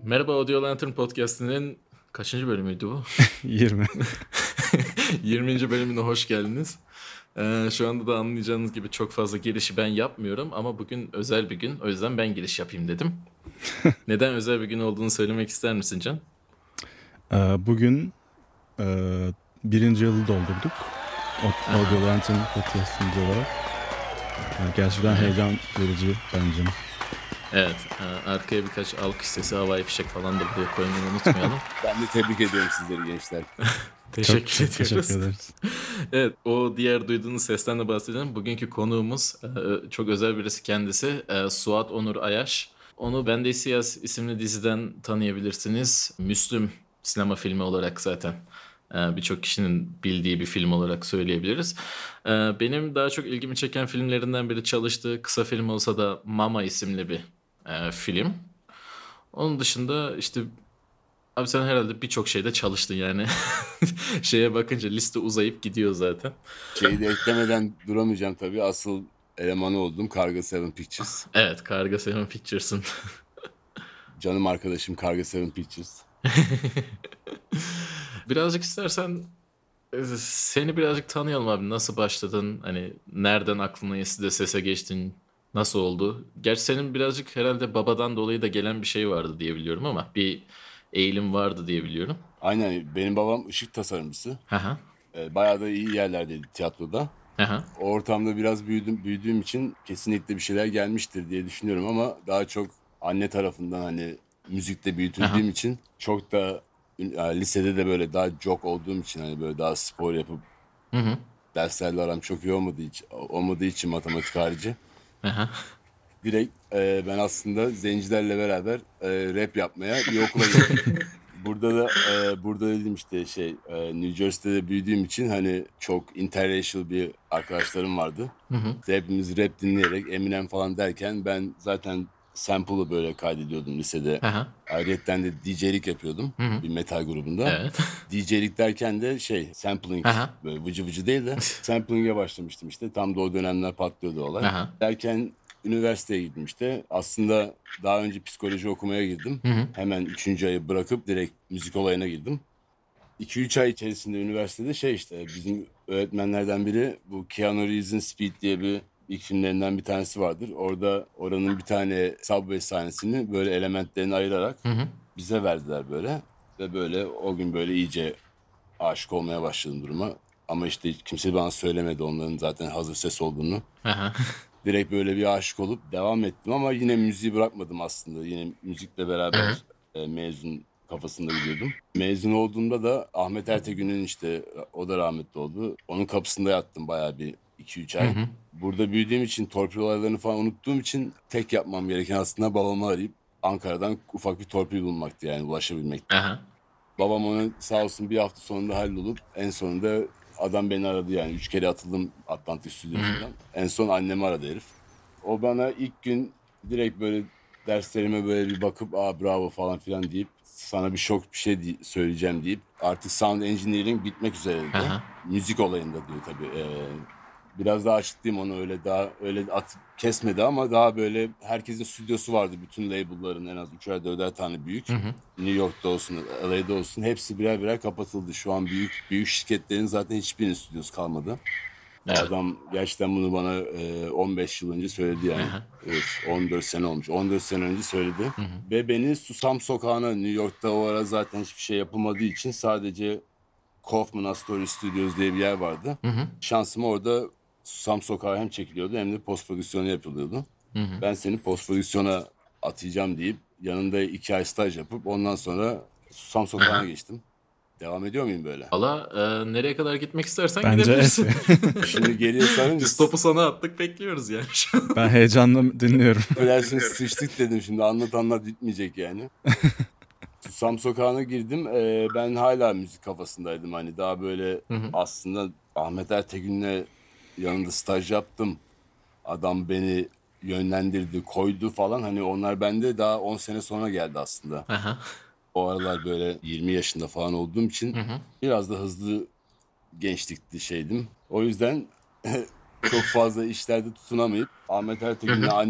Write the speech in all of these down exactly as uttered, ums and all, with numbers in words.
Merhaba Audio Lantern Podcast'inin kaçıncı bölümüydü bu? yirmi. yirminci bölümüne hoş geldiniz. Ee, şu anda da anlayacağınız gibi çok fazla girişi ben yapmıyorum ama bugün özel bir gün. O yüzden ben giriş yapayım dedim. Neden özel bir gün olduğunu söylemek ister misin Can? Ee, Bugün e, birinci yılı doldurduk. O- Audio Lantern Podcast'ımız olarak. Yani gerçekten heyecan verici bence. Evet, e, arkaya birkaç alkış sesi, havai fişek falan da buraya koymayı unutmayalım. Ben de tebrik ediyorum sizleri gençler. Teşekkür Çok, çok ediyoruz. teşekkür ederiz. Evet, o diğer duyduğunuz sesten de bahsedelim. Bugünkü konuğumuz e, çok özel birisi kendisi. E, Suat Onur Ayaş. Onu Bende Siyas isimli diziden tanıyabilirsiniz. Müslüm sinema filmi olarak zaten e, birçok kişinin bildiği bir film olarak söyleyebiliriz. E, Benim daha çok ilgimi çeken filmlerinden biri, çalıştığı kısa film olsa da Mama isimli bir e, film. Onun dışında işte abi sen herhalde birçok şeyde çalıştın yani. Şeye bakınca liste uzayıp gidiyor zaten. Şeyi de eklemeden duramayacağım tabii. Asıl elemanı oldum Karga Seven Pictures. Evet, Karga Seven Pictures'ın. Canım arkadaşım Karga Seven Pictures. Birazcık istersen e, seni birazcık tanıyalım abi. Nasıl başladın? Hani nereden aklına esti de sese geçtin? Nasıl oldu? Gerçi senin birazcık herhalde babadan dolayı da gelen bir şey vardı diye biliyorum ama bir eğilim vardı diye biliyorum. Aynen, benim babam ışık tasarımcısı. Haha. Ee, bayağı da iyi yerlerdeydi tiyatroda. Haha. O ortamda biraz büyüdüm, büyüdüğüm için kesinlikle bir şeyler gelmiştir diye düşünüyorum ama daha çok anne tarafından hani müzikle büyütüldüğüm Aha. için çok da yani lisede de böyle daha jock olduğum için hani böyle daha spor yapıp Hı hı. derslerle aram çok iyi olmadığı için, olmadığı için matematik harici. Aha. Direkt e, ben aslında zencilerle beraber e, rap yapmaya bir okula gittim. Burada da e, burada dedim işte şey e, New Jersey'de büyüdüğüm için hani çok interracial bir arkadaşlarım vardı. Hı hı. İşte hepimiz rap dinleyerek Eminem falan derken ben zaten sample'ı böyle kaydediyordum lisede. Aha. Ayrıyeten de D J'lik yapıyordum Hı hı. bir metal grubunda. Evet. D J'lik derken de şey sampling, Aha. böyle vıcı vıcı değil de sampling'e başlamıştım işte. Tam da o dönemler patlıyordu olay. Aha. Derken üniversiteye gittim işte. Aslında daha önce psikoloji okumaya girdim. Hı hı. Hemen üçüncü ayı bırakıp direkt müzik olayına girdim. iki üç ay içerisinde üniversitede şey işte bizim öğretmenlerden biri bu Keanu Reeves'in Speed diye bir ilk filmlerinden bir tanesi vardır. Orada oranın bir tane subway sahnesini böyle elementlerini ayırarak Hı hı. bize verdiler böyle. Ve böyle o gün böyle iyice aşık olmaya başladım duruma. Ama işte hiç kimse bana söylemedi onların zaten hazır ses olduğunu. Aha. Direkt böyle bir aşık olup devam ettim ama yine müziği bırakmadım aslında. Yine müzikle Aha. beraber e, mezun kafasında gidiyordum. Mezun olduğumda da Ahmet Ertegün'ün işte o da rahmetli oldu. Onun kapısında yattım bayağı bir iki üç Hı ay. hı. Burada büyüdüğüm için torpil olaylarını falan unuttuğum için tek yapmam gereken aslında babamı arayıp Ankara'dan ufak bir torpil bulmaktı yani ulaşabilmekti. Aha. Babam onu sağ olsun bir hafta sonunda hallolup en sonunda adam beni aradı yani. Üç kere atıldım Atlantik Hı hı. stüdyosundan. En son annemi aradı herif. O bana ilk gün direkt böyle derslerime böyle bir bakıp aa bravo falan filan deyip sana bir şok bir şey di- söyleyeceğim deyip artık sound engineering bitmek üzere dedi. Aha. Müzik olayında diyor tabii. Ee, biraz daha açıklayayım onu öyle daha öyle atıp kesmedi ama daha böyle herkesin stüdyosu vardı. Bütün label'ların en az üçer dörder tane büyük. Hı hı. New York'ta olsun, L A'da olsun hepsi birer birer kapatıldı. Şu an büyük büyük şirketlerin zaten hiçbirinin stüdyosu kalmadı. Evet. Adam gerçekten bunu bana e, on beş yıl önce söyledi yani. Aha. Evet, on dört sene olmuş. on dört sene önce söyledi. Hı hı. Ve beni Susam Sokağı'na, New York'ta o ara zaten hiçbir şey yapılmadığı için sadece Kaufman Astoria Studios diye bir yer vardı. Hı hı. Şansım orada Susam Sokağı hem çekiliyordu hem de post prodüksiyonu yapılıyordu. Hı hı. Ben seni post prodüksiyona atayacağım deyip yanında iki ay staj yapıp ondan sonra Susam Sokağı'na Aha. geçtim. Devam ediyor muyum böyle? Valla e, nereye kadar gitmek istersen Bence gidebilirsin. et. Şimdi geriye sarınca Biz topu sana attık, bekliyoruz yani şu an. Ben heyecanla dinliyorum. affedersin sıçtık dedim şimdi anlat anlat bitmeyecek yani. Susam Sokağı'na girdim. Ee, ben hala müzik kafasındaydım. Hani daha böyle Hı hı. aslında Ahmet Ertegün'le yanında staj yaptım. Adam beni yönlendirdi, koydu falan. Hani onlar bende daha on sene sonra geldi aslında. Aha. O aralar böyle yirmi yaşında falan olduğum için Hı hı. biraz da hızlı gençlikti şeydim. O yüzden çok fazla işlerde tutunamayıp Ahmet Hı Ertegün'le hı. annem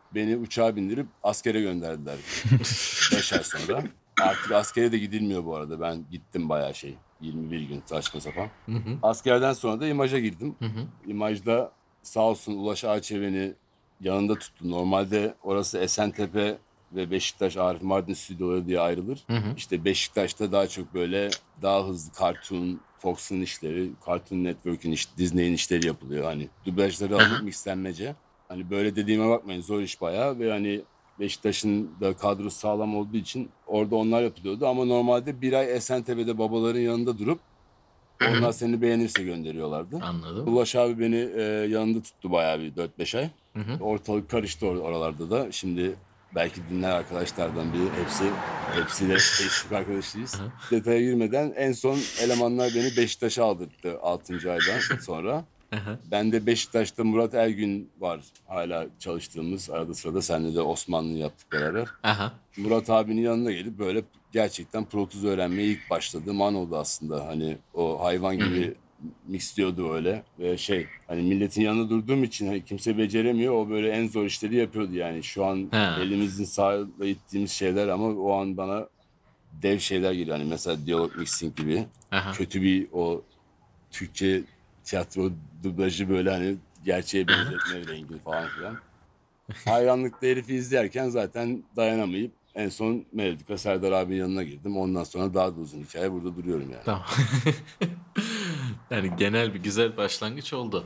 beni uçağa bindirip askere gönderdiler beş ay sonra. Artık askere de gidilmiyor bu arada. Ben gittim bayağı şey. yirmi bir gün saçma sapan. Hı hı. Askerden sonra da imaja girdim. Hı hı. İmajda sağ olsun Ulaş Ağaçev beni yanında tuttu. Normalde orası Esentepe ve Beşiktaş Arif Mardin stüdyoları diye ayrılır. Hı hı. İşte Beşiktaş'ta daha çok böyle daha hızlı Cartoon, Fox'un işleri, Cartoon Network'ün işte Disney'in işleri yapılıyor. Hani dublajları Aha. alıp mixlenmece. Hani böyle dediğime bakmayın, zor iş bayağı ve hani Beşiktaş'ın da kadrosu sağlam olduğu için orada onlar yapılıyordu. Ama normalde bir ay Esentepe'de babaların yanında durup onlar seni beğenirse gönderiyorlardı. Anladım. Ulaş abi beni e, yanında tuttu bayağı bir dört beş ay. Hı hı. Ortalık karıştı or- oralarda da. Şimdi belki dinler arkadaşlardan biri. Hepsi hepsiyle Facebook arkadaşıyız. Hı hı. Detaya girmeden en son elemanlar beni Beşiktaş'a aldırttı altıncı aydan sonra. Aha. Ben de Beşiktaş'ta Murat Ergün var hala çalıştığımız. Arada sırada seninle de Osmanlı yaptık beraber. Aha. Murat abinin yanına gelip böyle gerçekten Pro Tools öğrenmeye ilk başladığım an oldu aslında. Hani o hayvan gibi mixliyordu öyle ve şey hani milletin yanında durduğum için hani kimse beceremiyor, o böyle en zor işleri yapıyordu yani. Şu an Ha. elimizin sağla ittiğimiz şeyler ama o an bana dev şeyler geliyor. Hani mesela diyalog mixing gibi Aha. kötü bir o Türkçe tiyatro dublajı böyle hani gerçeğe benzetme rengi falan filan. Hayranlıkla herifi izlerken zaten dayanamayıp en son Melodika Serdar abinin yanına girdim. Ondan sonra daha da uzun hikaye burada duruyorum yani. Tamam. Yani genel bir güzel başlangıç oldu.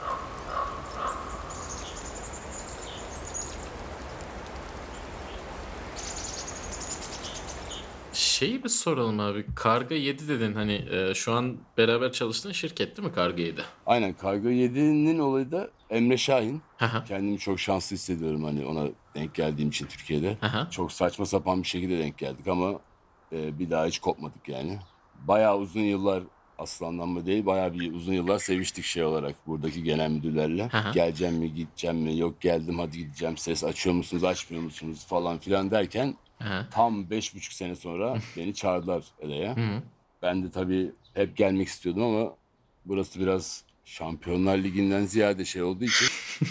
Şeyi bir soralım abi. Karga yedi dedin, hani e, şu an beraber çalıştığın şirket değil mi Karga yedi? Aynen, Kargo yedi'nin olayı da Emre Şahin. Aha. Kendimi çok şanslı hissediyorum hani ona denk geldiğim için Türkiye'de. Aha. Çok saçma sapan bir şekilde denk geldik ama e, bir daha hiç kopmadık yani. Bayağı uzun yıllar, aslanlanma değil, bayağı bir uzun yıllar seviştik şey olarak buradaki genel müdürlerle. Aha. Geleceğim mi, gideceğim mi, yok geldim hadi gideceğim, ses açıyor musunuz, açmıyor musunuz falan filan derken Aha. tam beş buçuk sene sonra beni çağırdılar Ela'ya. Hı hı. Ben de tabii hep gelmek istiyordum ama burası biraz Şampiyonlar Ligi'nden ziyade şey olduğu için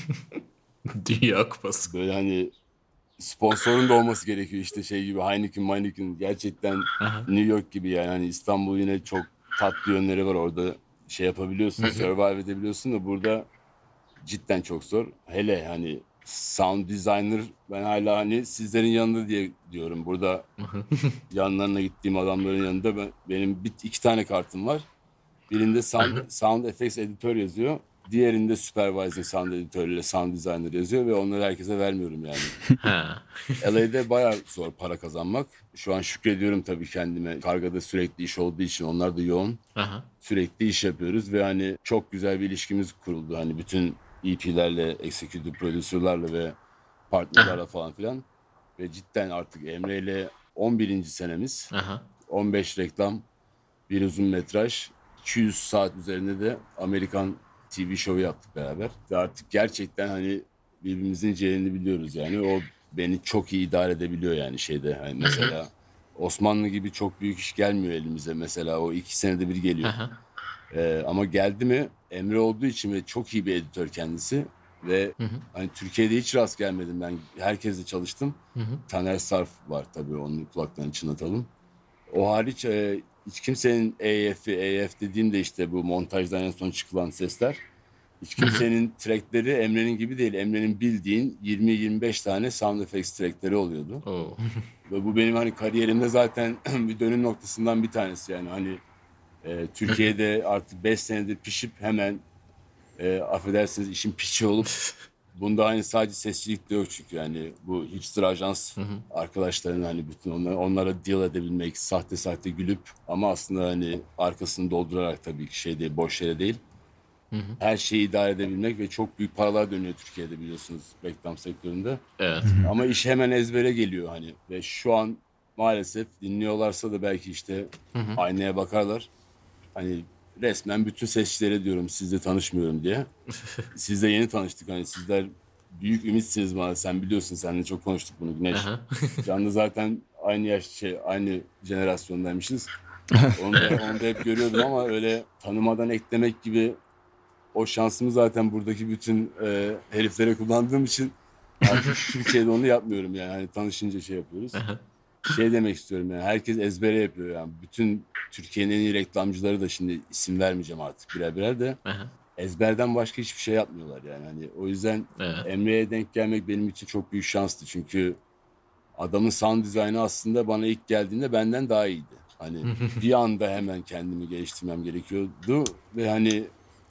Dünya Kupası. böyle hani sponsorun da olması gerekiyor, işte şey gibi Heineken, Heineken gerçekten Aha. New York gibi yani. Hani İstanbul yine çok tatlı yönleri var, orada şey yapabiliyorsun, survive edebiliyorsun da burada cidden çok zor. Hele hani sound designer, ben hala hani sizlerin yanında diye diyorum. Burada yanlarına gittiğim adamların yanında ben, benim bir, iki tane kartım var. Birinde sound, sound effects editör yazıyor. Diğerinde supervising sound editör ile sound designer yazıyor ve onları herkese vermiyorum yani. Ha. L A'de bayağı zor para kazanmak. Şu an şükrediyorum tabii kendime. Kargada sürekli iş olduğu için onlar da yoğun. Aha. Sürekli iş yapıyoruz ve hani çok güzel bir ilişkimiz kuruldu. Hani bütün E P'lerle, executive producer'larla ve partnerlerle falan filan. Ve cidden artık Emre ile on birinci senemiz. Aha. on beş reklam, bir uzun metraj, iki yüz saat üzerinde de Amerikan T V şovu yaptık beraber. Ve artık gerçekten hani birbirimizin ciğerini biliyoruz yani. O beni çok iyi idare edebiliyor yani şeyde. Hani mesela Osmanlı gibi çok büyük iş gelmiyor elimize mesela. O iki senede bir geliyor. Aha. Ee, ama geldi mi Emre olduğu için ve çok iyi bir editör kendisi. Ve Hı hı. hani Türkiye'de hiç rast gelmedim ben. Herkesle çalıştım. Hı hı. Taner Sarf var tabii, onun kulaklarını çınlatalım. O hariç e, hiç kimsenin E F'i, E F dediğimde işte bu montajdan en son çıkılan sesler. Hiç kimsenin trackleri Emre'nin gibi değil. Emre'nin bildiğin yirmi yirmi beş tane sound effects trackleri oluyordu. Oo. Ve bu benim hani kariyerimde zaten bir dönüm noktasından bir tanesi yani. Hani e, Türkiye'de artık beş senedir pişip hemen e, affedersiniz işin piçi olup bunda hani sadece sesçilik de yok çünkü yani bu hipster ajans arkadaşların hani bütün onlara, onlara deal edebilmek, sahte sahte gülüp ama aslında hani arkasını doldurarak, tabii ki şey değil, boş yere değil. Her şeyi idare edebilmek ve çok büyük paralar dönüyor Türkiye'de biliyorsunuz reklam sektöründe. Evet. Ama iş hemen ezbere geliyor hani ve şu an maalesef dinliyorlarsa da belki işte aynaya bakarlar. Hani resmen bütün sesçilere diyorum sizle tanışmıyorum diye. Sizle yeni tanıştık, hani sizler büyük ümitsiniz bana, sen biliyorsun, seninle çok konuştuk bunu Güneş. Aha. Canlı zaten aynı yaş şey aynı jenerasyondaymışız. Onu da, onu da hep görüyordum ama öyle tanımadan eklemek gibi o şansımı zaten buradaki bütün e, heriflere kullandığım için Artık Türkiye'de onu yapmıyorum yani. Hani tanışınca şey yapıyoruz. Şey demek istiyorum yani. Herkes ezbere yapıyor yani. Bütün Türkiye'nin en iyi reklamcıları da, şimdi isim vermeyeceğim artık birer birer de, ezberden başka hiçbir şey yapmıyorlar yani. Hani o yüzden Evet. Emre'ye denk gelmek benim için çok büyük şanstı. Çünkü adamın sound dizaynı aslında bana ilk geldiğinde benden daha iyiydi. Hani bir anda hemen kendimi geliştirmem gerekiyordu ve hani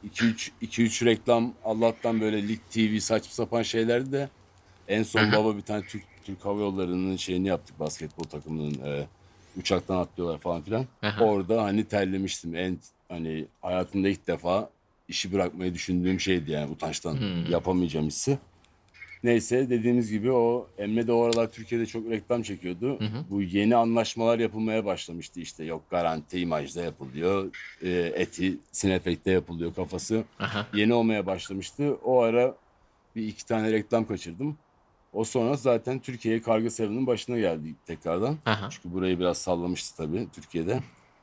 iki üç reklam Allah'tan böyle Lig T V saçma sapan şeylerdi de en son baba bir tane Türk Türk Hava Yolları'nın şeyini yaptık, basketbol takımının e, uçaktan atlıyorlar falan filan. Orada hani terlemiştim. En hani hayatımda ilk defa işi bırakmayı düşündüğüm şeydi yani, utançtan yapamayacağım hissi. Neyse, dediğimiz gibi o Emre de o aralar Türkiye'de çok reklam çekiyordu. Hı hı. Bu yeni anlaşmalar yapılmaya başlamıştı işte. Yok Garanti İmaj'da yapılıyor, e, Eti Sinefek'te yapılıyor kafası. Aha. Yeni olmaya başlamıştı. O ara bir iki tane reklam kaçırdım. O sonra zaten Türkiye'ye Karga Seven'ın başına geldi tekrardan. Aha. Çünkü burayı biraz sallamıştı tabii Türkiye'de.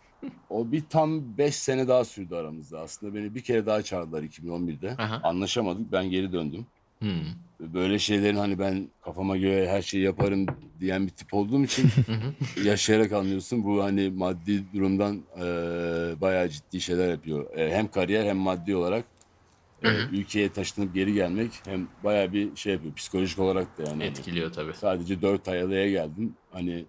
O bir tam beş sene daha sürdü aramızda. Aslında beni bir kere daha çağırdılar iki bin on birde. Aha. Anlaşamadık. Ben geri döndüm. Hmm. Böyle şeylerin hani ben kafama göre her şeyi yaparım diyen bir tip olduğum için yaşayarak anlıyorsun. Bu hani maddi durumdan e, bayağı ciddi şeyler yapıyor. E, hem kariyer hem maddi olarak e, ülkeye taşınıp geri gelmek hem bayağı bir şey yapıyor. Psikolojik olarak da yani. Etkiliyor tabii. Sadece dört ay L A'ya geldim. Hani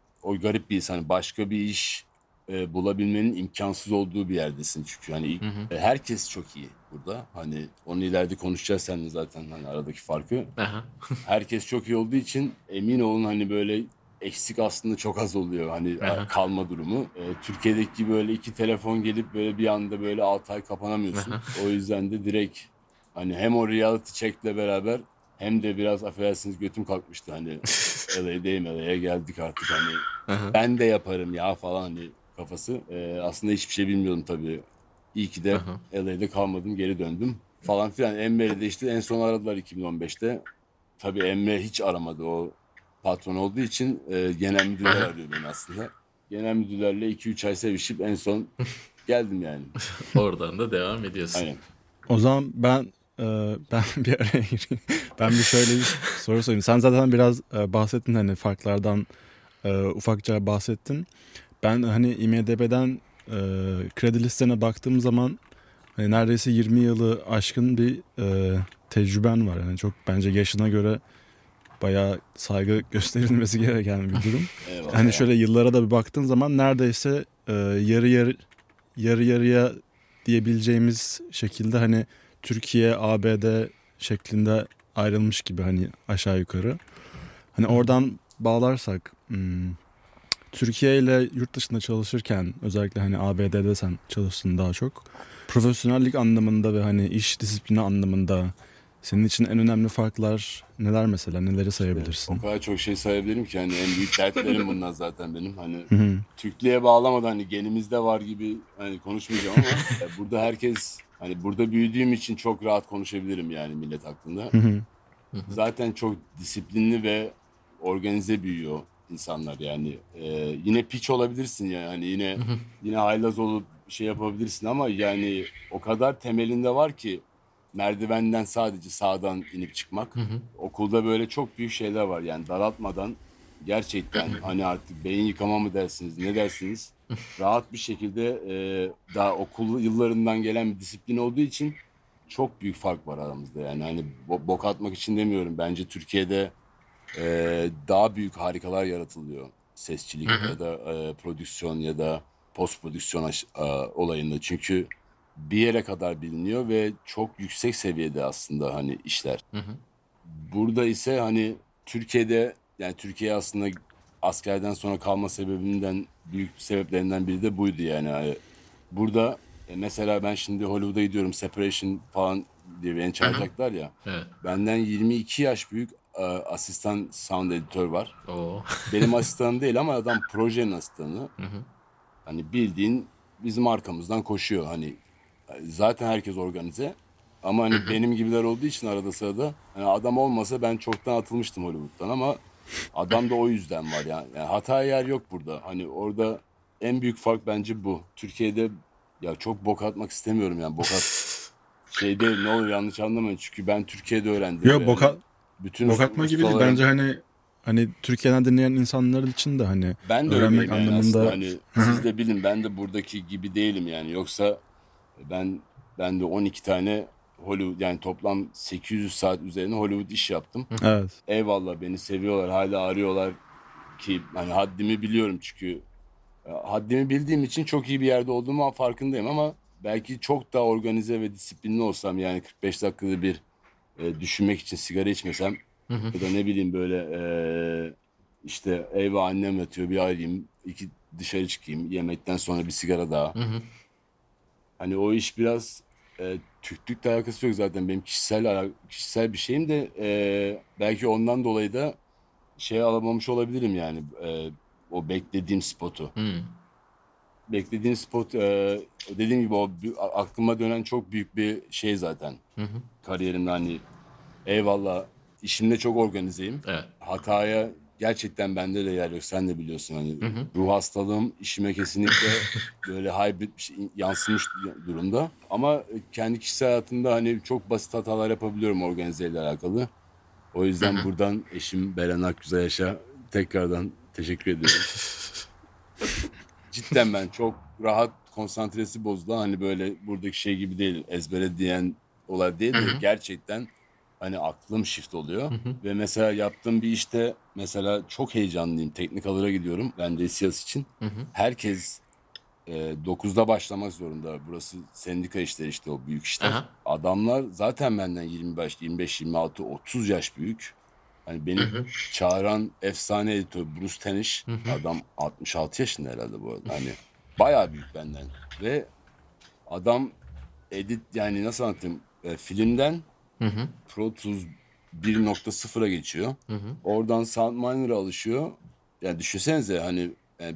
o garip bir insan. Hani başka bir iş e, bulabilmenin imkansız olduğu bir yerdesin çünkü. Hani ilk- e, herkes çok iyi burada. Hani onu ileride konuşacağız seninle zaten, hani aradaki farkı. Aha. Herkes çok iyi olduğu için emin olun hani böyle eksik aslında çok az oluyor. Hani Aha. kalma durumu. E, Türkiye'deki gibi böyle iki telefon gelip böyle bir anda böyle altı ay kapanamıyorsun. Aha. O yüzden de direkt hani hem o reality check'le beraber hem de biraz affedersiniz götüm kalkmıştı. Hani L A'deyim, L A'ya geldik artık, hani Aha. ben de yaparım ya falan hani kafası. E, aslında hiçbir şey bilmiyordum tabii. İyi ki de Aha. L A'de kalmadım, geri döndüm falan filan. Emre'yle de işte en son aradılar iki bin on beşte. Tabii Emre hiç aramadı, o patron olduğu için e, genel müdürler arıyor beni aslında. Genel müdürlerle iki üç ay sevişip en son geldim yani. Oradan da devam ediyorsun. Aynen. O zaman ben e, ben bir araya gireyim. Ben bir şöyle bir soru sorayım. Sen zaten biraz e, bahsettin, hani farklardan e, ufakça bahsettin. Ben hani IMDb'den e, kredi listene baktığım zaman hani neredeyse yirmi yılı aşkın bir e, tecrüben var. Yani çok, bence yaşına göre bayağı saygı gösterilmesi gereken bir durum. Eyvallah. Hani şöyle yıllara da bir baktığın zaman neredeyse e, yarı yarı yarı yarıya diyebileceğimiz şekilde hani Türkiye, A B D şeklinde ayrılmış gibi, hani aşağı yukarı. Hani oradan bağlarsak hmm, Türkiye ile yurt dışında çalışırken, özellikle hani A B D'de sen çalıştın daha çok. Profesyonellik anlamında ve hani iş disiplini anlamında senin için en önemli farklar neler mesela? Neleri sayabilirsin? O kadar çok şey sayabilirim ki hani en büyük dertlerim bunlar zaten benim. Hani Hı hı. Türklüğe bağlamadan hani genimizde var gibi hani konuşmayacağım ama e, burada herkes, hani burada büyüdüğüm için çok rahat konuşabilirim yani millet hakkında. Hı hı. Zaten çok disiplinli ve organize büyüyor insanlar yani. E, yine piç olabilirsin yani, hani yine yine haylaz olup şey yapabilirsin ama yani o kadar temelinde var ki merdivenden sadece sağdan inip çıkmak. Okulda böyle çok büyük şeyler var yani, daraltmadan gerçekten hani artık beyin yıkama mı dersiniz ne dersiniz, rahat bir şekilde e, daha okul yıllarından gelen bir disiplin olduğu için çok büyük fark var aramızda yani. Hani bo- bok atmak için demiyorum, bence Türkiye'de e, daha büyük harikalar yaratılıyor sesçilik ya da e, prodüksiyon ya da post prodüksiyon aş- e, olayında, çünkü bir yere kadar biliniyor ve çok yüksek seviyede aslında hani işler. Burada ise hani Türkiye'de, yani Türkiye aslında askerden sonra kalma sebebinden büyük sebeplerinden biri de buydu yani. Hani burada e, mesela ben şimdi Hollywood'a gidiyorum, Separation falan diye beni çağıracaklar ya. Evet. Benden yirmi iki yaş büyük e, asistan sound editör var. Oo. Benim asistanım değil ama adam projenin asistanı. Hani bildiğin bizim arkamızdan koşuyor hani. Zaten herkes organize. Ama hani benim gibiler olduğu için arada sırada, hani adam olmasa ben çoktan atılmıştım Hollywood'dan ama adam da o yüzden var yani. Yani hata yer yok burada. Hani orada en büyük fark bence bu. Türkiye'de ya çok bok atmak istemiyorum yani. Bok at şey değil, ne olur yanlış anlamayın. Çünkü ben Türkiye'de öğrendim. Yok, ve boka, hani bütün Bok atma gibi değil. ustaların- Bence hani hani Türkiye'den dinleyen insanlar için de hani ben de öğrenmek öyleyim yani anlamında aslında. Hani siz de bilin, ben de buradaki gibi değilim yani. Yoksa ben ben de on iki tane Hollywood, yani toplam sekiz yüz saat üzerine Hollywood iş yaptım. evet. Eyvallah, beni seviyorlar, hala arıyorlar ki hani haddimi biliyorum çünkü e, haddimi bildiğim için çok iyi bir yerde olduğumu farkındayım, ama belki çok daha organize ve disiplinli olsam, yani kırk beş dakikada bir e, düşünmek için sigara içmesem ya da ne bileyim böyle e, işte eyvah annem yatıyor, bir arayayım, iki dışarı çıkayım, yemekten sonra bir sigara daha. Hani o iş biraz e, Türklükle alakası yok zaten, benim kişisel ala- kişisel bir şeyim de e, belki ondan dolayı da şey alamamış olabilirim yani, e, o beklediğim spotu. Hmm. Beklediğim spot, e, dediğim gibi o bü- a- aklıma dönen çok büyük bir şey zaten kariyerimde. Hani eyvallah, işimde çok organizeyim. Evet. Hataya gerçekten bende de yer yok, sen de biliyorsun hani ruh hastalığım işime kesinlikle böyle hybrid bir şey yansımış durumda. Ama kendi kişisel hayatımda hani çok basit hatalar yapabiliyorum organizeyle alakalı. O yüzden buradan eşim Beren Akgüzayyaş'a tekrardan teşekkür ediyorum. Cidden ben çok rahat, konsantresi bozdu. Hani böyle buradaki şey gibi değil, ezbere diyen olay değil de gerçekten hani aklım shift oluyor. Ve mesela yaptığım bir işte mesela çok heyecanlıyım. Teknikalara gidiyorum ben de siyas için. Herkes e, dokuzda başlamak zorunda. Burası sendika işleri, işte o büyük işler. Aha. Adamlar zaten benden yirmi beş, yirmi beş, yirmi altı, otuz yaş büyük. Hani beni çağıran efsane editör Bruce Tenish, adam altmış altı yaşında herhalde bu arada. Hani bayağı büyük benden. Ve adam edit, yani nasıl anlatayım, E, filmden Pro Tools bir nokta sıfıra geçiyor. Oradan Soundminer'a alışıyor. Yani düşünsenize hani e,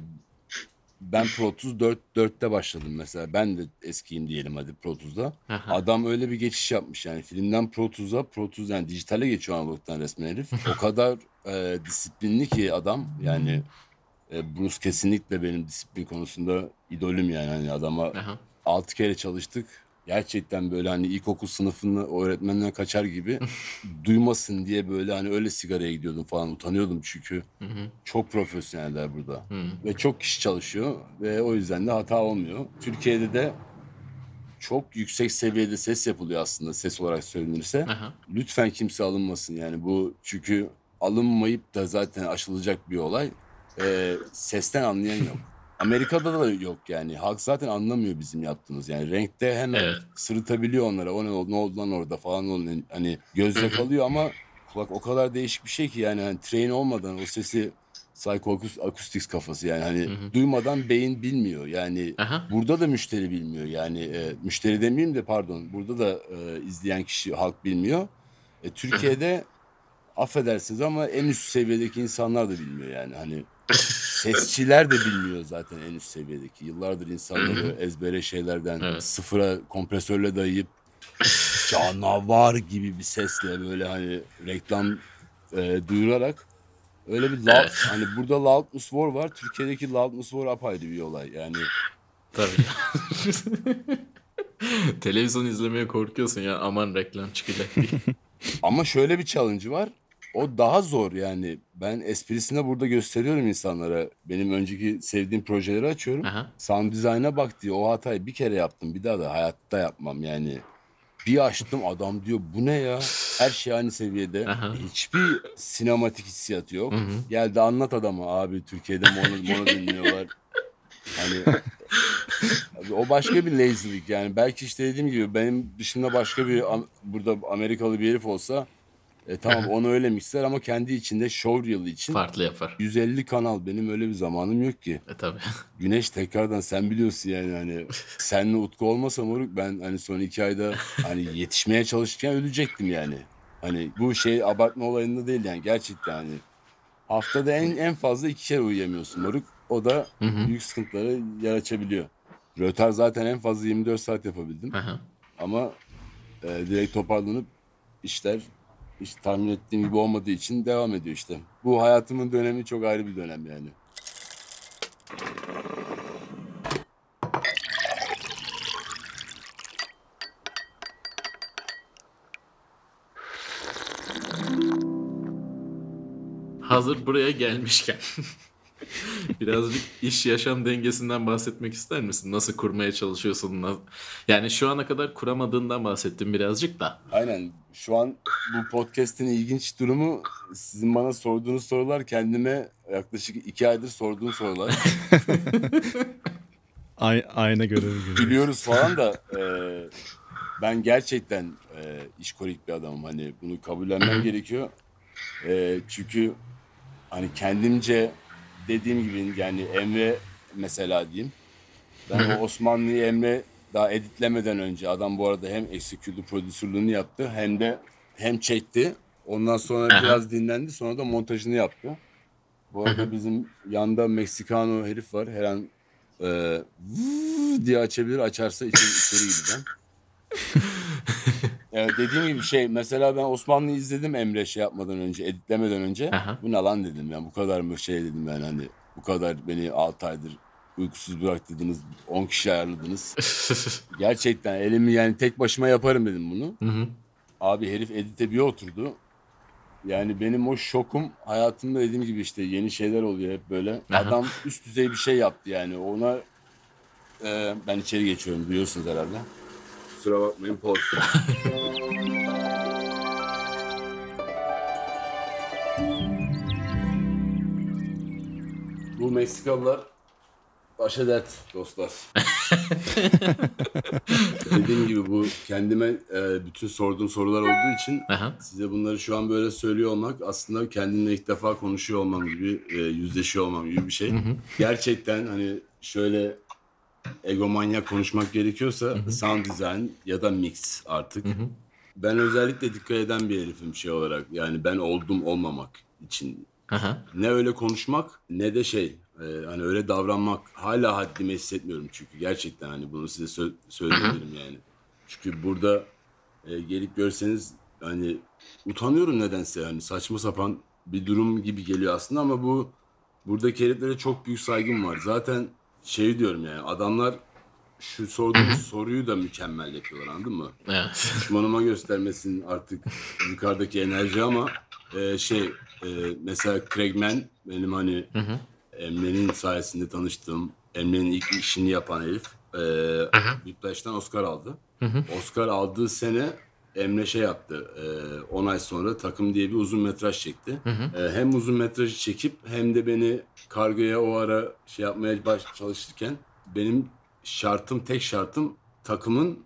ben Pro Tools dört, dörtte başladım mesela. Ben de eskiyim diyelim hadi Pro Tools'da. Aha. Adam öyle bir geçiş yapmış yani. Filmden Pro Tools'a, Pro Tools yani dijitale geçiyor analogdan resmen herif. O kadar e, disiplinli ki adam. Yani e, Bruce kesinlikle benim disiplin konusunda idolüm yani. Hani adama Aha. altı kere çalıştık. Gerçekten böyle hani ilkokul sınıfında öğretmenden kaçar gibi duymasın diye böyle hani öyle sigaraya gidiyordum falan. Utanıyordum çünkü. Çok profesyoneller burada. Ve çok kişi çalışıyor ve o yüzden de hata olmuyor. Türkiye'de de çok yüksek seviyede ses yapılıyor aslında, ses olarak söylenirse. Aha. Lütfen kimse alınmasın yani bu, çünkü alınmayıp da zaten aşılacak bir olay. Ee, sesten anlayan yok. Amerika'da da yok yani. Halk zaten anlamıyor bizim yaptığımız. Yani renkte hemen Evet. sırıtabiliyor onlara. O ne oldu, ne oldu lan orada falan. Onun, hani gözle kalıyor ama kulak o kadar değişik bir şey ki yani hani train olmadan o sesi, psychoacoustics kafası yani hani duymadan beyin bilmiyor. Yani Aha. burada da müşteri bilmiyor. Yani e, müşteri demeyeyim de pardon. Burada da e, izleyen kişi, halk bilmiyor. E, Türkiye'de affedersiniz ama en üst seviyedeki insanlar da bilmiyor yani. Hani sesçiler de bilmiyor zaten en üst seviyedeki. Yıllardır insanları ezbere şeylerden Evet. sıfıra kompresörle dayayıp canavar gibi bir sesle böyle hani reklam e, duyurarak öyle bir loud, Evet. hani burada loudness war var. Türkiye'deki loudness war apayrı bir olay. Yani Tabii. Televizyon izlemeye korkuyorsun ya, aman reklam çıkacak diye. ama şöyle bir challenge'ı var. O daha zor yani. Ben esprisine burada gösteriyorum insanlara. Benim önceki sevdiğim projeleri açıyorum. Aha. Sound design'a bak diyor. O hatayı bir kere yaptım. Bir daha da hayatta yapmam yani. Bir açtım, adam diyor bu ne ya? Her şey aynı seviyede. Aha. Hiçbir sinematik hissiyatı yok. Geldi anlat adama, abi Türkiye'de mono, mono dinliyorlar. Hani abi o başka bir lazy'lik yani. Belki işte dediğim gibi benim dışımda başka bir Am- burada Amerikalı bir herif olsa e, tamam onu öyle mixler ama kendi içinde showreel için Farklı yapar. yüz elli kanal, benim öyle bir zamanım yok ki. E tabii. Güneş tekrardan sen biliyorsun yani hani senle Utku olmasa moruk ben hani son iki ayda hani yetişmeye çalışırken ölecektim yani. Hani bu şey abartma olayında değil yani, gerçekten hani haftada en en fazla iki kere uyuyamıyorsun moruk. O da büyük sıkıntılara yer açabiliyor. Rötar zaten en fazla yirmi dört saat yapabildim. Aha. Ama e, direkt toparlanıp işler hiç tahmin ettiğim gibi olmadığı için devam ediyor işte. Bu hayatımın dönemi çok ayrı bir dönem yani. hazır buraya gelmişken birazcık iş yaşam dengesinden bahsetmek ister misin? Nasıl kurmaya çalışıyorsun? Na- Yani şu ana kadar kuramadığından bahsettim birazcık da. Aynen. Şu an bu podcast'in ilginç durumu sizin bana sorduğunuz sorular kendime yaklaşık iki aydır sorduğum sorular. Ay, ayna görevi gibi. Gülüyoruz falan da e, ben gerçekten e, işkolik bir adamım. Hani bunu kabullenmem gerekiyor. E, çünkü hani kendimce dediğim gibi yani Emre mesela diyeyim. Ben o Osmanlı'yı Emre daha editlemeden önce adam bu arada hem executive prodüsörlüğünü yaptı hem de hem çekti. Ondan sonra Aha. biraz dinlendi. Sonra da montajını yaptı. Bu arada bizim yanda Meksikano herif var. Her an e, vıı diye açabilir. Açarsa içeri, içeri gideceğim. Evet, dediğim gibi şey mesela ben Osmanlı'yı izledim Emre şey yapmadan önce, editlemeden önce. Aha. Bu ne lan dedim yani bu kadar mı şey dedim yani hani bu kadar beni altı aydır uykusuz bıraktırdınız, on kişi ayarladınız. Gerçekten elimi yani tek başıma yaparım dedim bunu. Hı hı. Abi herif edite bir oturdu. Yani benim o şokum hayatımda dediğim gibi işte yeni şeyler oluyor hep böyle. Aha. Adam üst düzey bir şey yaptı yani ona e, ben içeri geçiyorum duyuyorsunuz herhalde. Kusura bakmayın poz. Bu Meksikalılar başa dert dostlar. Dediğim gibi bu kendime e, bütün sorduğum sorular olduğu için Aha. size bunları şu an böyle söylüyor olmak aslında kendimle ilk defa konuşuyor olmam gibi, e, yüzleşiyor olmam gibi bir şey. Gerçekten hani şöyle egomanyak konuşmak gerekiyorsa sound design ya da mix artık. Ben özellikle dikkat eden bir herifim şey olarak. Yani ben oldum olmamak için. Aha. Ne öyle konuşmak ne de şey e, hani öyle davranmak hala haddimi hissetmiyorum çünkü gerçekten hani bunu size sö- söyleyebilirim yani. Çünkü burada e, gelip görseniz hani utanıyorum nedense hani saçma sapan bir durum gibi geliyor aslında ama bu buradaki heriflere çok büyük saygım var. Zaten şey diyorum yani adamlar şu sorduğunuz soruyu da mükemmel yapıyorlar anladın mı? Evet. Düşmanıma göstermesin artık yukarıdaki enerji ama e, şey e, mesela Craigman benim hani Emre'nin sayesinde tanıştığım Emre'nin ilk işini yapan herif e, Whiplash'tan Oscar aldı. Oscar aldığı sene Emre şey yaptı on ay sonra Takım diye bir uzun metraj çekti. E, hem uzun metrajı çekip hem de beni kargoya o ara şey yapmaya baş çalışırken benim şartım tek şartım Takım'ın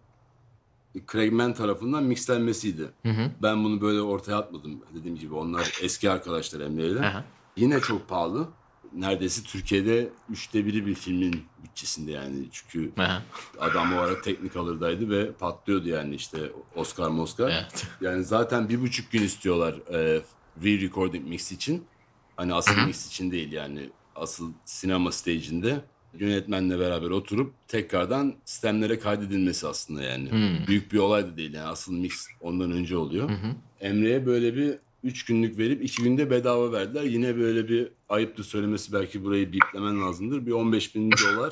Craigman tarafından mixlenmesiydi. Ben bunu böyle ortaya atmadım. Dediğim gibi onlar eski arkadaşlar Emre'yle. Aha. Yine çok pahalı. Neredeyse Türkiye'de üçte biri bir filmin bütçesinde yani. Çünkü Aha. adam o ara Technicolor'daydı ve patlıyordu yani işte Oscar Moscar. Evet. Yani zaten bir buçuk gün istiyorlar e, re-recording mix için. Hani asıl mix için değil yani. Asıl sinema stage'inde yönetmenle beraber oturup tekrardan sistemlere kaydedilmesi aslında yani. Büyük bir olay da değil yani. Asıl mix ondan önce oluyor. Emre'ye böyle bir üç günlük verip iki günde bedava verdiler. Yine böyle bir ayıptır söylemesi belki burayı biplemen lazımdır. Bir on beş bin dolar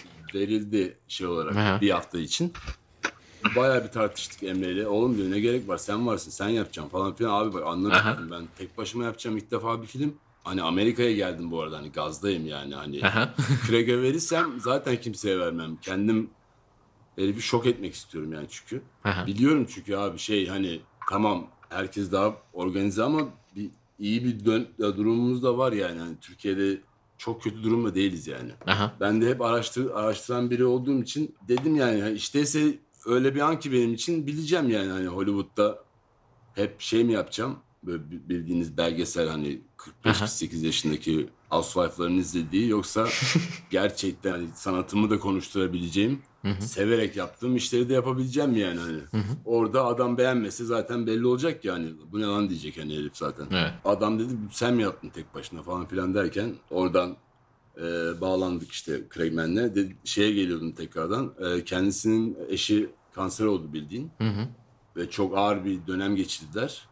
verildi şey olarak Aha. bir hafta için. Bayağı bir tartıştık Emre'yle. Oğlum diyor ne gerek var sen varsın sen yapacaksın falan filan. Abi bak anladım ben tek başıma yapacağım ilk defa bir film. Hani Amerika'ya geldim bu arada hani gazdayım yani hani. Aha. Craig'e verirsem zaten kimseye vermem. Kendim herifi şok etmek istiyorum yani çünkü. Aha. Biliyorum çünkü abi şey hani tamam herkes daha organize ama bir iyi bir dön- ya durumumuz da var yani. Hani Türkiye'de çok kötü durumda değiliz yani. Aha. Ben de hep araştır araştıran biri olduğum için dedim yani hani işteyse öyle bir an ki benim için bileceğim yani hani Hollywood'da hep şey mi yapacağım? Böyle bi- bildiğiniz belgesel hani kırk beş Aha. kırk sekiz yaşındaki housewife'ların izlediği yoksa gerçekten hani sanatımı da konuşturabileceğim, severek yaptığım işleri de yapabileceğim yani hani. Orada adam beğenmese zaten belli olacak yani. Bu ne lan diyecek hani herif zaten. Evet. Adam dedi sen mi yaptın tek başına falan filan derken oradan e, bağlandık işte Craigman'le. De, şeye geliyordum tekrardan. E, kendisinin eşi kanser oldu bildiğin. Hı hı. Ve çok ağır bir dönem geçirdiler.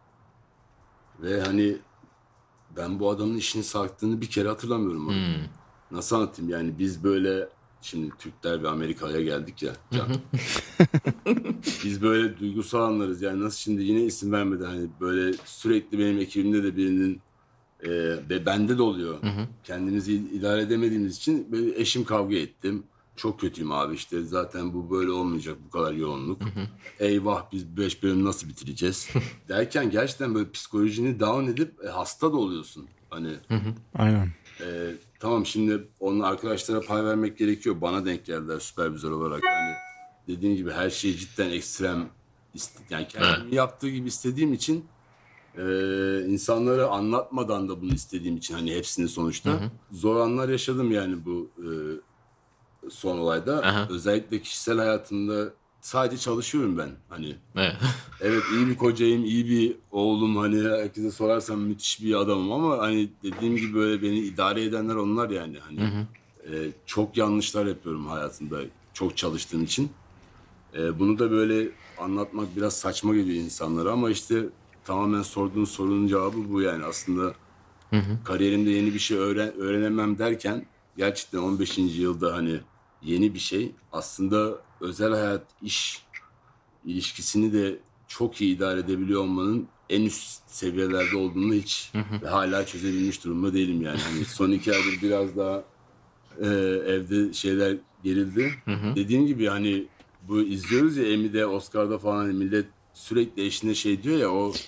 Ve hani ben bu adamın işini sarktığını bir kere hatırlamıyorum. Abi. Hmm. Nasıl anlatayım yani biz böyle şimdi Türkler ve Amerika'ya geldik ya. Can. Biz böyle duygusal anlarız yani nasıl şimdi yine isim vermeden hani böyle sürekli benim ekibimde de birinin Ee, ve bende de oluyor. Hı hı. Kendimizi idare edemediğimiz için böyle eşim kavga ettim. Çok kötüyüm abi işte zaten bu böyle olmayacak bu kadar yoğunluk. Hı hı. Eyvah biz beş bölüm nasıl bitireceğiz? Derken gerçekten böyle psikolojini down edip e, hasta da oluyorsun. Hani Hı hı. Aynen. e, tamam şimdi onun arkadaşlara pay vermek gerekiyor. Bana denk geldiler süpervizör olarak. Hani dediğim gibi her şeyi cidden ekstrem iste- yani kendim Evet. yaptığı gibi istediğim için e, insanlara anlatmadan da bunu istediğim için hani hepsini sonuçta Hı hı. zor anlar yaşadım yani bu e, son olayda. Aha. Özellikle kişisel hayatımda sadece çalışıyorum ben. Hani Evet. evet iyi bir kocayım, iyi bir oğlum hani herkese sorarsam müthiş bir adamım ama hani dediğim gibi böyle beni idare edenler onlar yani hani Hı hı. e, çok yanlışlar yapıyorum hayatımda çok çalıştığım için. E, bunu da böyle anlatmak biraz saçma geliyor insanlara ama işte tamamen sorduğun sorunun cevabı bu yani aslında Hı hı. kariyerimde yeni bir şey öğren öğrenemem derken gerçekten on beşinci yılda hani yeni bir şey aslında özel hayat iş ilişkisini de çok iyi idare edebiliyor olmanın en üst seviyelerde olduğunu hiç Hı hı. ve hala çözebilmiş durumda değilim yani. Hani son iki aydır biraz daha e, evde şeyler gerildi. Hı hı. Dediğim gibi hani bu izliyoruz ya Emmy'de, Oscar'da falan hani millet sürekli eşine şey diyor ya o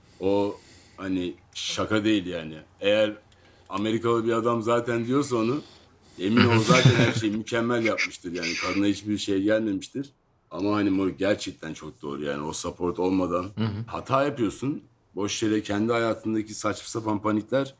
o hani şaka değil yani. Eğer Amerikalı bir adam zaten diyorsa onu emin ol zaten her şeyi mükemmel yapmıştır yani. Kadına hiçbir şey gelmemiştir. Ama hani bu gerçekten çok doğru yani o support olmadan Hı hı. hata yapıyorsun. Boş yere kendi hayatındaki saçma sapan panikler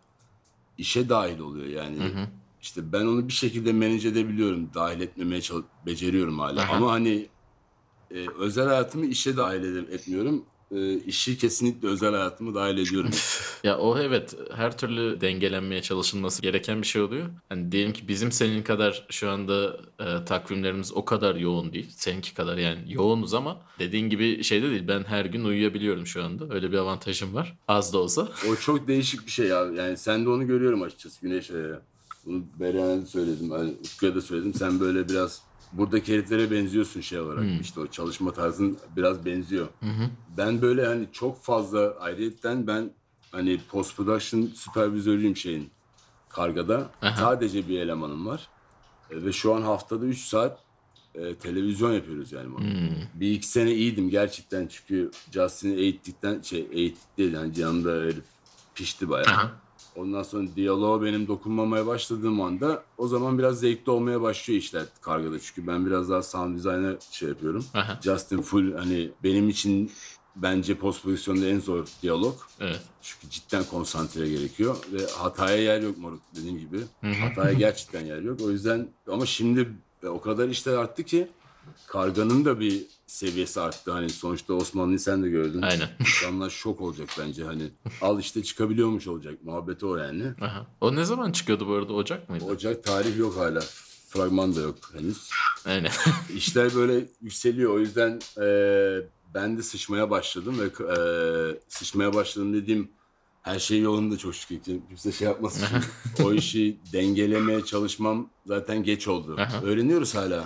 işe dahil oluyor yani. Hı hı. İşte ben onu bir şekilde manage edebiliyorum. Dahil etmemeye çalış- beceriyorum hala. Aha. Ama hani e, özel hayatımı işe dahil edem- etmiyorum. E, işi kesinlikle özel hayatımı dahil ediyorum. Ya o evet her türlü dengelenmeye çalışılması gereken bir şey oluyor. Hani diyelim ki bizim senin kadar şu anda e, takvimlerimiz o kadar yoğun değil. Seninki kadar yani yoğunuz ama dediğin gibi şeyde değil. Ben her gün uyuyabiliyorum şu anda. Öyle bir avantajım var. Az da olsa. O çok değişik bir şey ya. Yani sen de onu görüyorum açıkçası Güneş. e, Bunu Beren'e de söyledim. Hani Utku'ya da söyledim. Sen böyle biraz buradaki heriflere benziyorsun şey olarak. Hmm. İşte o çalışma tarzın biraz benziyor. Hı hı. Ben böyle hani çok fazla ayrıyetten ben hani post production süpervizörüyüm şeyin Karga'da. Aha. Sadece bir elemanım var. E, ve şu an haftada üç saat e, televizyon yapıyoruz yani. Hmm. Bir iki sene iyiydim gerçekten çünkü Justin'i eğittikten şey eğittik değil yani yanında herif pişti bayağı. Aha. Ondan sonra diyaloğa benim dokunmamaya başladığım anda o zaman biraz zevkli olmaya başlıyor işler Karga'da. Çünkü ben biraz daha sound design'a şey yapıyorum. Aha. Justin full hani benim için bence post prodüksiyonda en zor diyalog. Evet. Çünkü cidden konsantre gerekiyor ve hataya yer yok moruk dediğim gibi. Hı hı. Hataya gerçekten yer yok. O yüzden ama şimdi o kadar işler arttı ki Karga'nın da bir seviyesi arttı. Hani sonuçta Osmanlı'yı sen de gördün. Aynen. İnsanlar şok olacak bence hani. Al işte çıkabiliyormuş olacak. Muhabbeti o yani. Aha. O ne zaman çıkıyordu bu arada? Ocak mıydı? Ocak tarih yok hala. Fragman da yok henüz. Aynen. İşler böyle yükseliyor. O yüzden e, ben de sıçmaya başladım ve e, sıçmaya başladım dediğim her şey yolunda çok şükür. Kimse şey yapmasın. O işi dengelemeye çalışmam zaten geç oldu. Aha. Öğreniyoruz hala.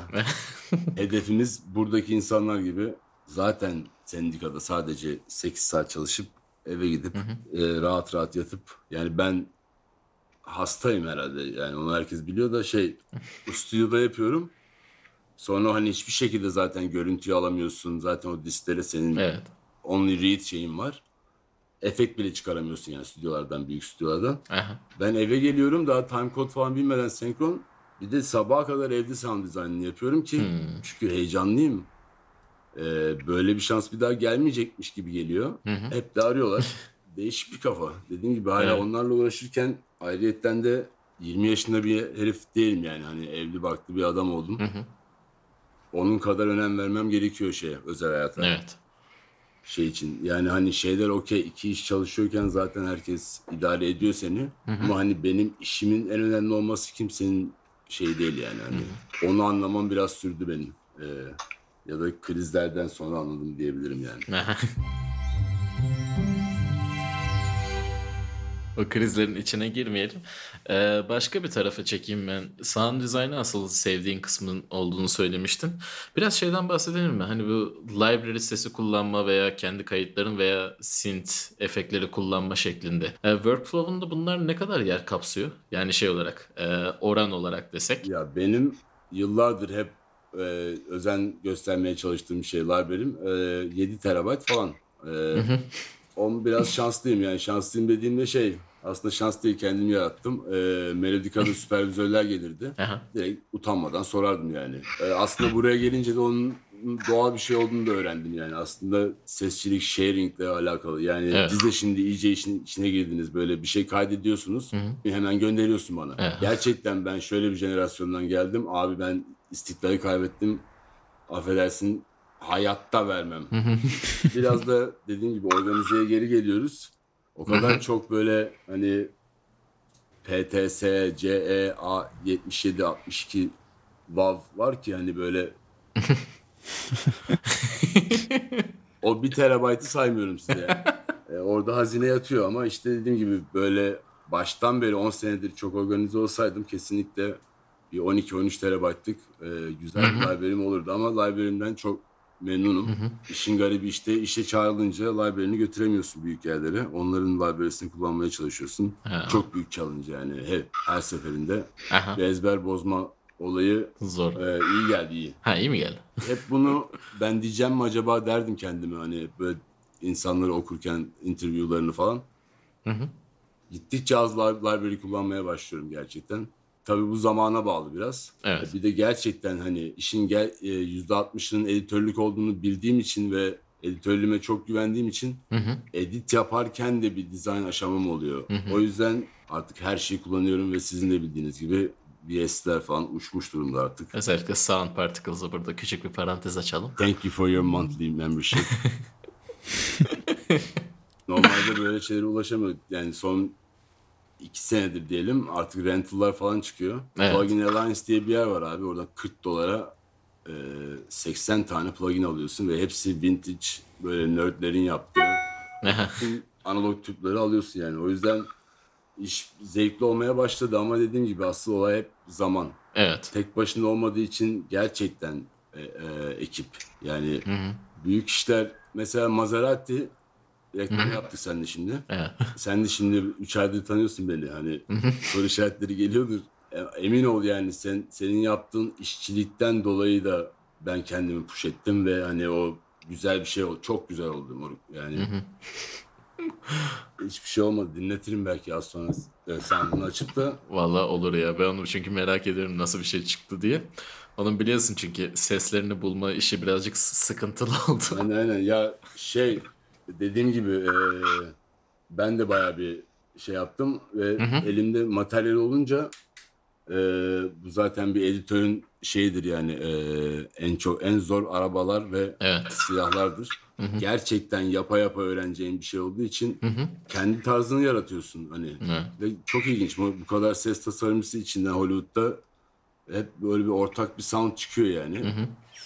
Hedefimiz buradaki insanlar gibi zaten sendikada sadece sekiz saat çalışıp eve gidip Hı hı. e, rahat rahat yatıp yani ben hastayım herhalde yani onu herkes biliyor da şey bu stüdyoda yapıyorum. Sonra hani hiçbir şekilde zaten görüntüyü alamıyorsun. Zaten o disklere senin Evet. only read şeyin var. Efekt bile çıkaramıyorsun yani stüdyolardan, büyük stüdyolardan. Aha. Ben eve geliyorum daha time code falan bilmeden senkron. Bir de sabaha kadar evde sound design'ını yapıyorum ki Hmm. çünkü heyecanlıyım. Ee, böyle bir şans bir daha gelmeyecekmiş gibi geliyor. Hı hı. Hep de arıyorlar. Değişik bir kafa. Dediğim gibi hala Evet. onlarla uğraşırken ayrıyetten de yirmi yaşında bir herif değilim yani. Hani evli barklı bir adam oldum. Hı hı. Onun kadar önem vermem gerekiyor şeye, özel hayata. Evet. Şey için. Yani hani şeyler okey iki iş çalışıyorken zaten herkes idare ediyor seni. Hı hı. Ama hani benim işimin en önemli olması kimsenin şey değil yani. Hani onu anlamam biraz sürdü benim. Ee, ya da krizlerden sonra anladım diyebilirim yani. Aha. O krizlerin içine girmeyelim. Ee, başka bir tarafa çekeyim ben. Sound design'ı asıl sevdiğin kısmın olduğunu söylemiştin. Biraz şeyden bahsedelim mi? Hani bu library sesi kullanma veya kendi kayıtların veya synth efektleri kullanma şeklinde. Ee, workflow'unda bunlar ne kadar yer kapsıyor? Yani şey olarak, e, oran olarak desek. Ya benim yıllardır hep e, özen göstermeye çalıştığım şey library'm e, yedi terabayt falan. E, on biraz şanslıyım yani şanslıyım dediğimde şey aslında şans değil kendim yarattım. E, Melodica'da süpervizörler gelirdi. Aha. Direkt utanmadan sorardım yani. E, aslında buraya gelince de onun doğal bir şey olduğunu da öğrendim yani. Aslında sesçilik sharing ile alakalı. Yani Evet. siz de şimdi iyice işin içine girdiniz böyle bir şey kaydediyorsunuz. Hemen gönderiyorsun bana. Evet. Gerçekten ben şöyle bir jenerasyondan geldim. Abi ben istiklali kaybettim. Affedersin hayatta vermem. Biraz da dediğim gibi organizeye geri geliyoruz. O kadar çok böyle hani P T S, C E, A yetmiş yedi altmış iki WAV var ki hani böyle o bir terabaytı saymıyorum size. E, orada hazine yatıyor ama işte dediğim gibi böyle baştan beri on senedir çok organize olsaydım kesinlikle bir on iki on üç terabaytlık e, güzel bir library'm olurdu ama library'mden çok memnunum. İşin garibi işte işe çağrılınca library'ni götüremiyorsun büyük yerlere. Onların library'sini kullanmaya çalışıyorsun. Ha. Çok büyük challenge yani hep her seferinde. Aha. Ve ezber bozma olayı Zor. e, iyi geldi iyi. Ha, iyi mi geldi? Hep bunu ben diyeceğim mi acaba derdim kendime hani böyle insanları okurken interviewlarını falan. Gittikçe az li- library kullanmaya başlıyorum gerçekten. Tabii bu zamana bağlı biraz. Evet. Bir de gerçekten hani işin gel, e, yüzde altmışının editörlük olduğunu bildiğim için ve editörlüğüme çok güvendiğim için edit yaparken de bir dizayn aşamam oluyor. O yüzden artık her şeyi kullanıyorum ve sizin de bildiğiniz gibi V S'ler falan uçmuş durumda artık. Özellikle Sound Particles'a burada küçük bir parantez açalım. Thank you for your monthly membership. Normalde böyle şeylere ulaşamıyorduk. Yani son iki senedir diyelim artık rental'lar falan çıkıyor. Evet. Plugin Alliance diye bir yer var abi. Oradan kırk dolara e, seksen tane plugin alıyorsun ve hepsi vintage böyle nerdlerin yaptığı bütün analog tüpleri alıyorsun yani. O yüzden iş zevkli olmaya başladı ama dediğim gibi asıl olay hep zaman. Evet. Tek başına olmadığı için gerçekten e, e, ekip yani büyük işler mesela Maserati reklamı yaptık sen de şimdi. Evet. Sen de şimdi üç aydır tanıyorsun beni hani soru işaretleri geliyordur. E, Emin ol yani sen senin yaptığın işçilikten dolayı da ben kendimi push ettim ve hani o güzel bir şey oldu. Çok güzel oldu moruk yani. Hiçbir şey olmadı. Dinletirim belki az sonra. E, sen bunu açıp da Vallahi olur ya. Ben onu çünkü merak ediyorum nasıl bir şey çıktı diye. Onun biliyorsun çünkü seslerini bulma işi birazcık s- sıkıntılı oldu. aynen aynen ya şey dediğim gibi e, ben de bayağı bir şey yaptım ve elimde materyal olunca e, bu zaten bir editörün şeyidir yani e, en çok en zor arabalar ve Evet. silahlardır. Gerçekten yapa yapa öğreneceğin bir şey olduğu için kendi tarzını yaratıyorsun hani. Evet. Ve çok ilginç bu, bu kadar ses tasarımcısı içinden Hollywood'da hep böyle bir ortak bir sound çıkıyor yani.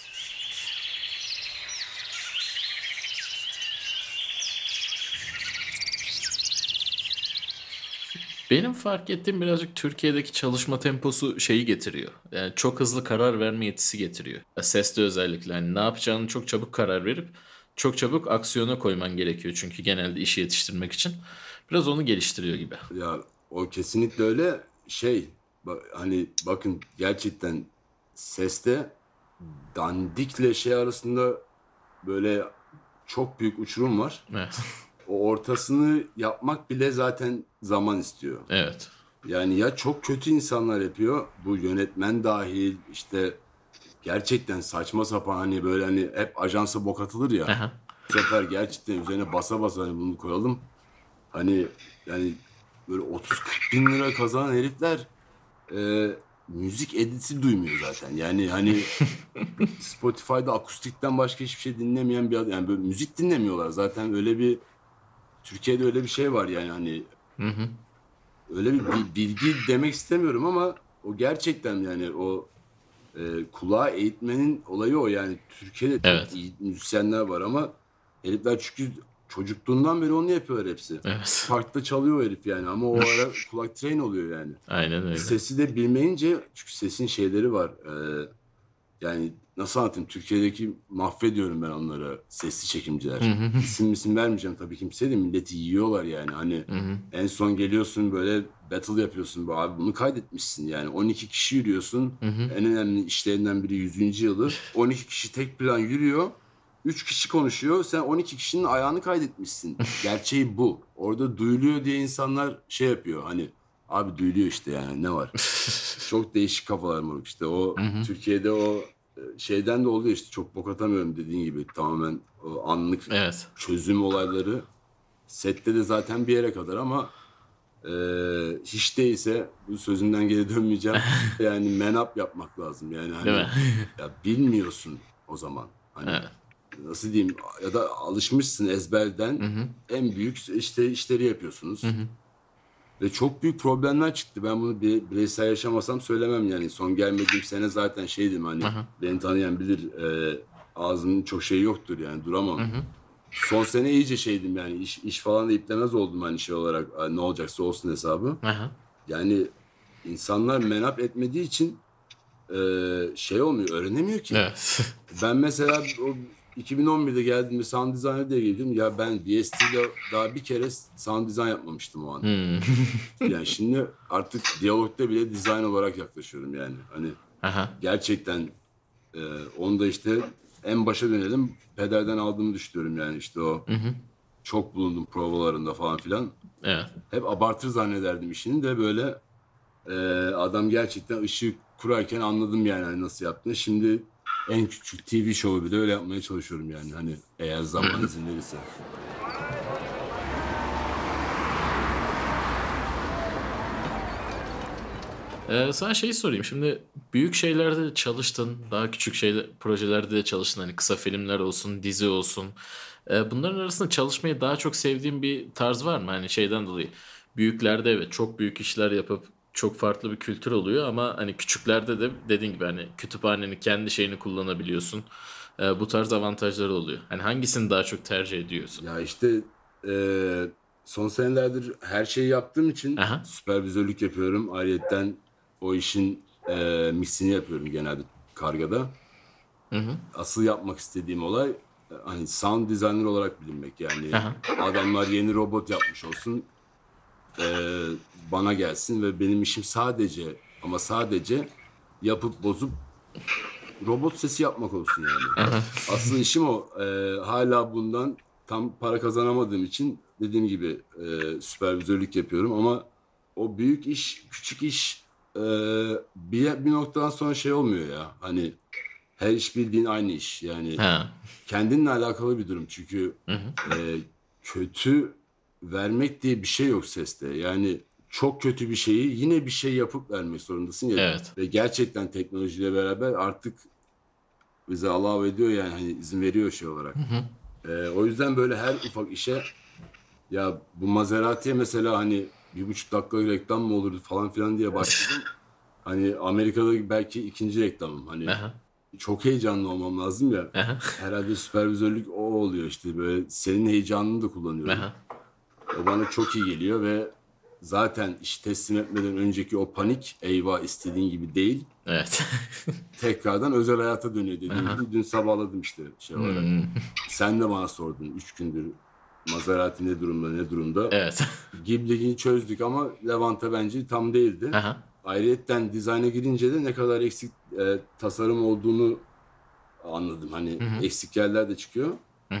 Benim fark ettiğim birazcık Türkiye'deki çalışma temposu şeyi getiriyor. Yani çok hızlı karar verme yetisi getiriyor. Ya seste özellikle hani ne yapacağını çok çabuk karar verip çok çabuk aksiyona koyman gerekiyor. Çünkü genelde işi yetiştirmek için. Biraz onu geliştiriyor gibi. Ya o kesinlikle öyle şey ba- hani bakın gerçekten seste dandikle şey arasında böyle çok büyük uçurum var. Evet. O ortasını yapmak bile zaten zaman istiyor. Evet. Yani ya çok kötü insanlar yapıyor. Bu yönetmen dahil işte gerçekten saçma sapan hani böyle hani hep ajansa bok atılır ya. Aha. Bu sefer gerçekten üzerine basa basa hani bunu koyalım. Hani yani böyle otuz kırk bin lira kazanan herifler e, müzik editi duymuyor zaten. Yani hani Spotify'da akustikten başka hiçbir şey dinlemeyen bir adam. Yani böyle müzik dinlemiyorlar. Zaten öyle bir Türkiye'de öyle bir şey var yani hani öyle bir bi- bilgi demek istemiyorum ama o gerçekten yani o e, kulağı eğitmenin olayı o yani Türkiye'de çok Evet. iyi müzisyenler var ama herifler çünkü çocukluğundan beri onu yapıyorlar hepsi. Evet. Parkta çalıyor o herif yani ama o ara kulak train oluyor yani. Aynen öyle. Sesi de bilmeyince çünkü sesin şeyleri var. Ee, yani nasıl anlatayım? Türkiye'deki mahvediyorum ben onları sesli çekimciler. İsim isim vermeyeceğim tabii kimseye de milleti yiyorlar yani. Hani en son geliyorsun böyle battle yapıyorsun. Abi bunu kaydetmişsin yani. on iki kişi yürüyorsun. En önemli işlerinden biri yüzüncü yılı. on iki kişi tek plan yürüyor. üç kişi konuşuyor. Sen on iki kişinin ayağını kaydetmişsin. Gerçeği bu. Orada duyuluyor diye insanlar şey yapıyor. Hani abi duyuluyor işte yani ne var? Çok değişik kafalar moruk işte. O Türkiye'de o e, şeyden de oluyor işte. Çok bok atamıyorum dediğin gibi. Tamamen o anlık Evet. çözüm olayları. Sette de zaten bir yere kadar ama e, hiç değilse bu sözümden geri dönmeyeceğim. Yani man up yapmak lazım. Yani hani Değil mi? ya bilmiyorsun o zaman. Hani Evet. nasıl diyeyim ya da alışmışsın ezberden en büyük işte işleri yapıyorsunuz. Ve çok büyük problemler çıktı. Ben bunu bir bireysel yaşamasam söylemem yani. Son gelmediğim sene zaten şeydim hani beni tanıyan bilir e, ağzımın çok şeyi yoktur yani duramam. Son sene iyice şeydim yani iş, iş falan da iplemez oldum hani şey olarak ne olacaksa olsun hesabı. Aha. Yani insanlar menap etmediği için e, şey olmuyor öğrenemiyor ki. Evet. Ben mesela o iki bin on birde geldiğimde sound designer diye geldim. Ya ben V S T'de daha bir kere sound design yapmamıştım o an. Yani şimdi artık diyalogda bile design olarak yaklaşıyorum yani. Hani Aha. gerçekten e, onu da işte en başa dönelim. Pederden aldığımı düşünüyorum yani işte o. Çok bulundum provalarında falan filan. Evet. Hep abartır zannederdim işini de böyle e, adam gerçekten ışığı kurarken anladım yani hani nasıl yaptığını. Şimdi en küçük T V şovu bile öyle yapmaya çalışıyorum yani hani eğer zaman izin verirse. Ee, sana şeyi sorayım. Şimdi büyük şeylerde de çalıştın. Daha küçük şeyler, projelerde de çalıştın. Hani kısa filmler olsun, dizi olsun. Ee, bunların arasında çalışmayı daha çok sevdiğin bir tarz var mı? Hani şeyden dolayı. Büyüklerde evet çok büyük işler yapıp çok farklı bir kültür oluyor ama hani küçüklerde de dediğin gibi hani kütüphaneni kendi şeyini kullanabiliyorsun. Ee, bu tarz avantajları oluyor. Hani hangisini daha çok tercih ediyorsun? Ya işte e, son senelerdir her şeyi yaptığım için Aha. süpervizörlük yapıyorum. Ayrıyeten o işin e, mixini yapıyorum genelde Karga'da. Asıl yapmak istediğim olay e, hani sound designer olarak bilinmek yani. Aha. Adamlar yeni robot yapmış olsun. e, bana gelsin ve benim işim sadece ama sadece yapıp bozup robot sesi yapmak olsun yani. Asıl işim o. E, hala bundan tam para kazanamadığım için dediğim gibi e, süpervizörlük yapıyorum ama o büyük iş, küçük iş e, bir, bir noktadan sonra şey olmuyor ya. Hani her iş bildiğin aynı iş. Yani Ha. kendinle alakalı bir durum. Çünkü e, kötü vermek diye bir şey yok seste. Yani çok kötü bir şeyi yine bir şey yapıp vermek zorundasın ya. Evet. Ve gerçekten teknolojiyle beraber artık bize allow ediyor yani hani izin veriyor şey olarak. E, o yüzden böyle her ufak işe ya bu Maserati'ye mesela hani bir buçuk dakika reklam mı olurdu falan filan diye başladım. Hani Amerika'da belki ikinci reklamım. Hani Aha. çok heyecanlı olmam lazım ya. Aha. Herhalde süpervizörlük o oluyor işte böyle senin heyecanını da kullanıyorum. Aha. O bana çok iyi geliyor ve zaten iş teslim etmeden önceki o panik eyvah istediğin gibi değil. Evet. Tekrardan özel hayata dönüyor dediğim gibi. Dün sabahladım işte şey olarak. Sen de bana sordun üç gündür Maserati ne durumda ne durumda. Evet. Ghibli'yi çözdük ama Levante bence tam değildi. Aha. Ayrıyetten dizayna girince de ne kadar eksik e, tasarım olduğunu anladım. Hani eksik yerler de çıkıyor.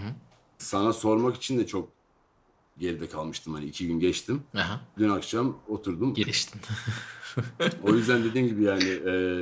Sana sormak için de çok geride kalmıştım. Hani iki gün geçtim. Aha. Dün akşam oturdum. Giriştin. O yüzden dediğim gibi yani e,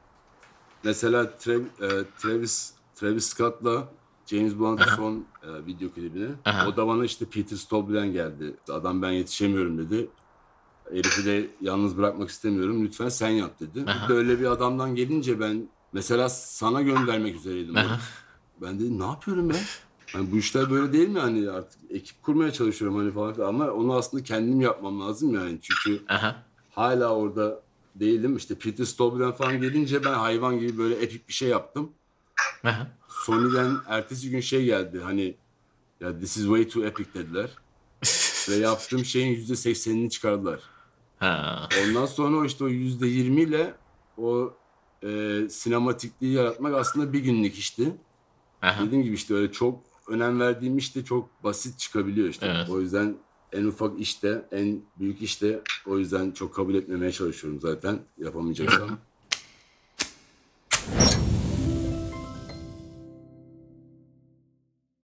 mesela Trav- e, Travis Travis Scott'la James Blunt'ın son e, video klibine. Aha. O da bana işte Peter Stoblen geldi. Adam ben yetişemiyorum dedi. Herifi de yalnız bırakmak istemiyorum. Lütfen sen yap dedi. Bir de öyle bir adamdan gelince ben mesela sana göndermek üzereydim. Aha. Ben dedim ne yapıyorum ben? Hani bu işler böyle değil mi? Hani artık ekip kurmaya çalışıyorum hani falan filan. Ama onu aslında kendim yapmam lazım yani. Çünkü Aha. hala orada değilim. İşte Peter Stoblen falan gelince ben hayvan gibi böyle epik bir şey yaptım. Aha. Sony'den ertesi gün şey geldi. Hani Ya this is way too epic dediler. Ve yaptığım şeyin yüzde seksenini çıkardılar. Ha. Ondan sonra o işte o yüzde yirmiyle o e, sinematikliği yaratmak aslında bir günlük işti. Aha. Dediğim gibi işte öyle çok önem verdiğim işte çok basit çıkabiliyor işte. Evet. O yüzden en ufak işte, en büyük işte o yüzden çok kabul etmemeye çalışıyorum zaten yapamayacaksam.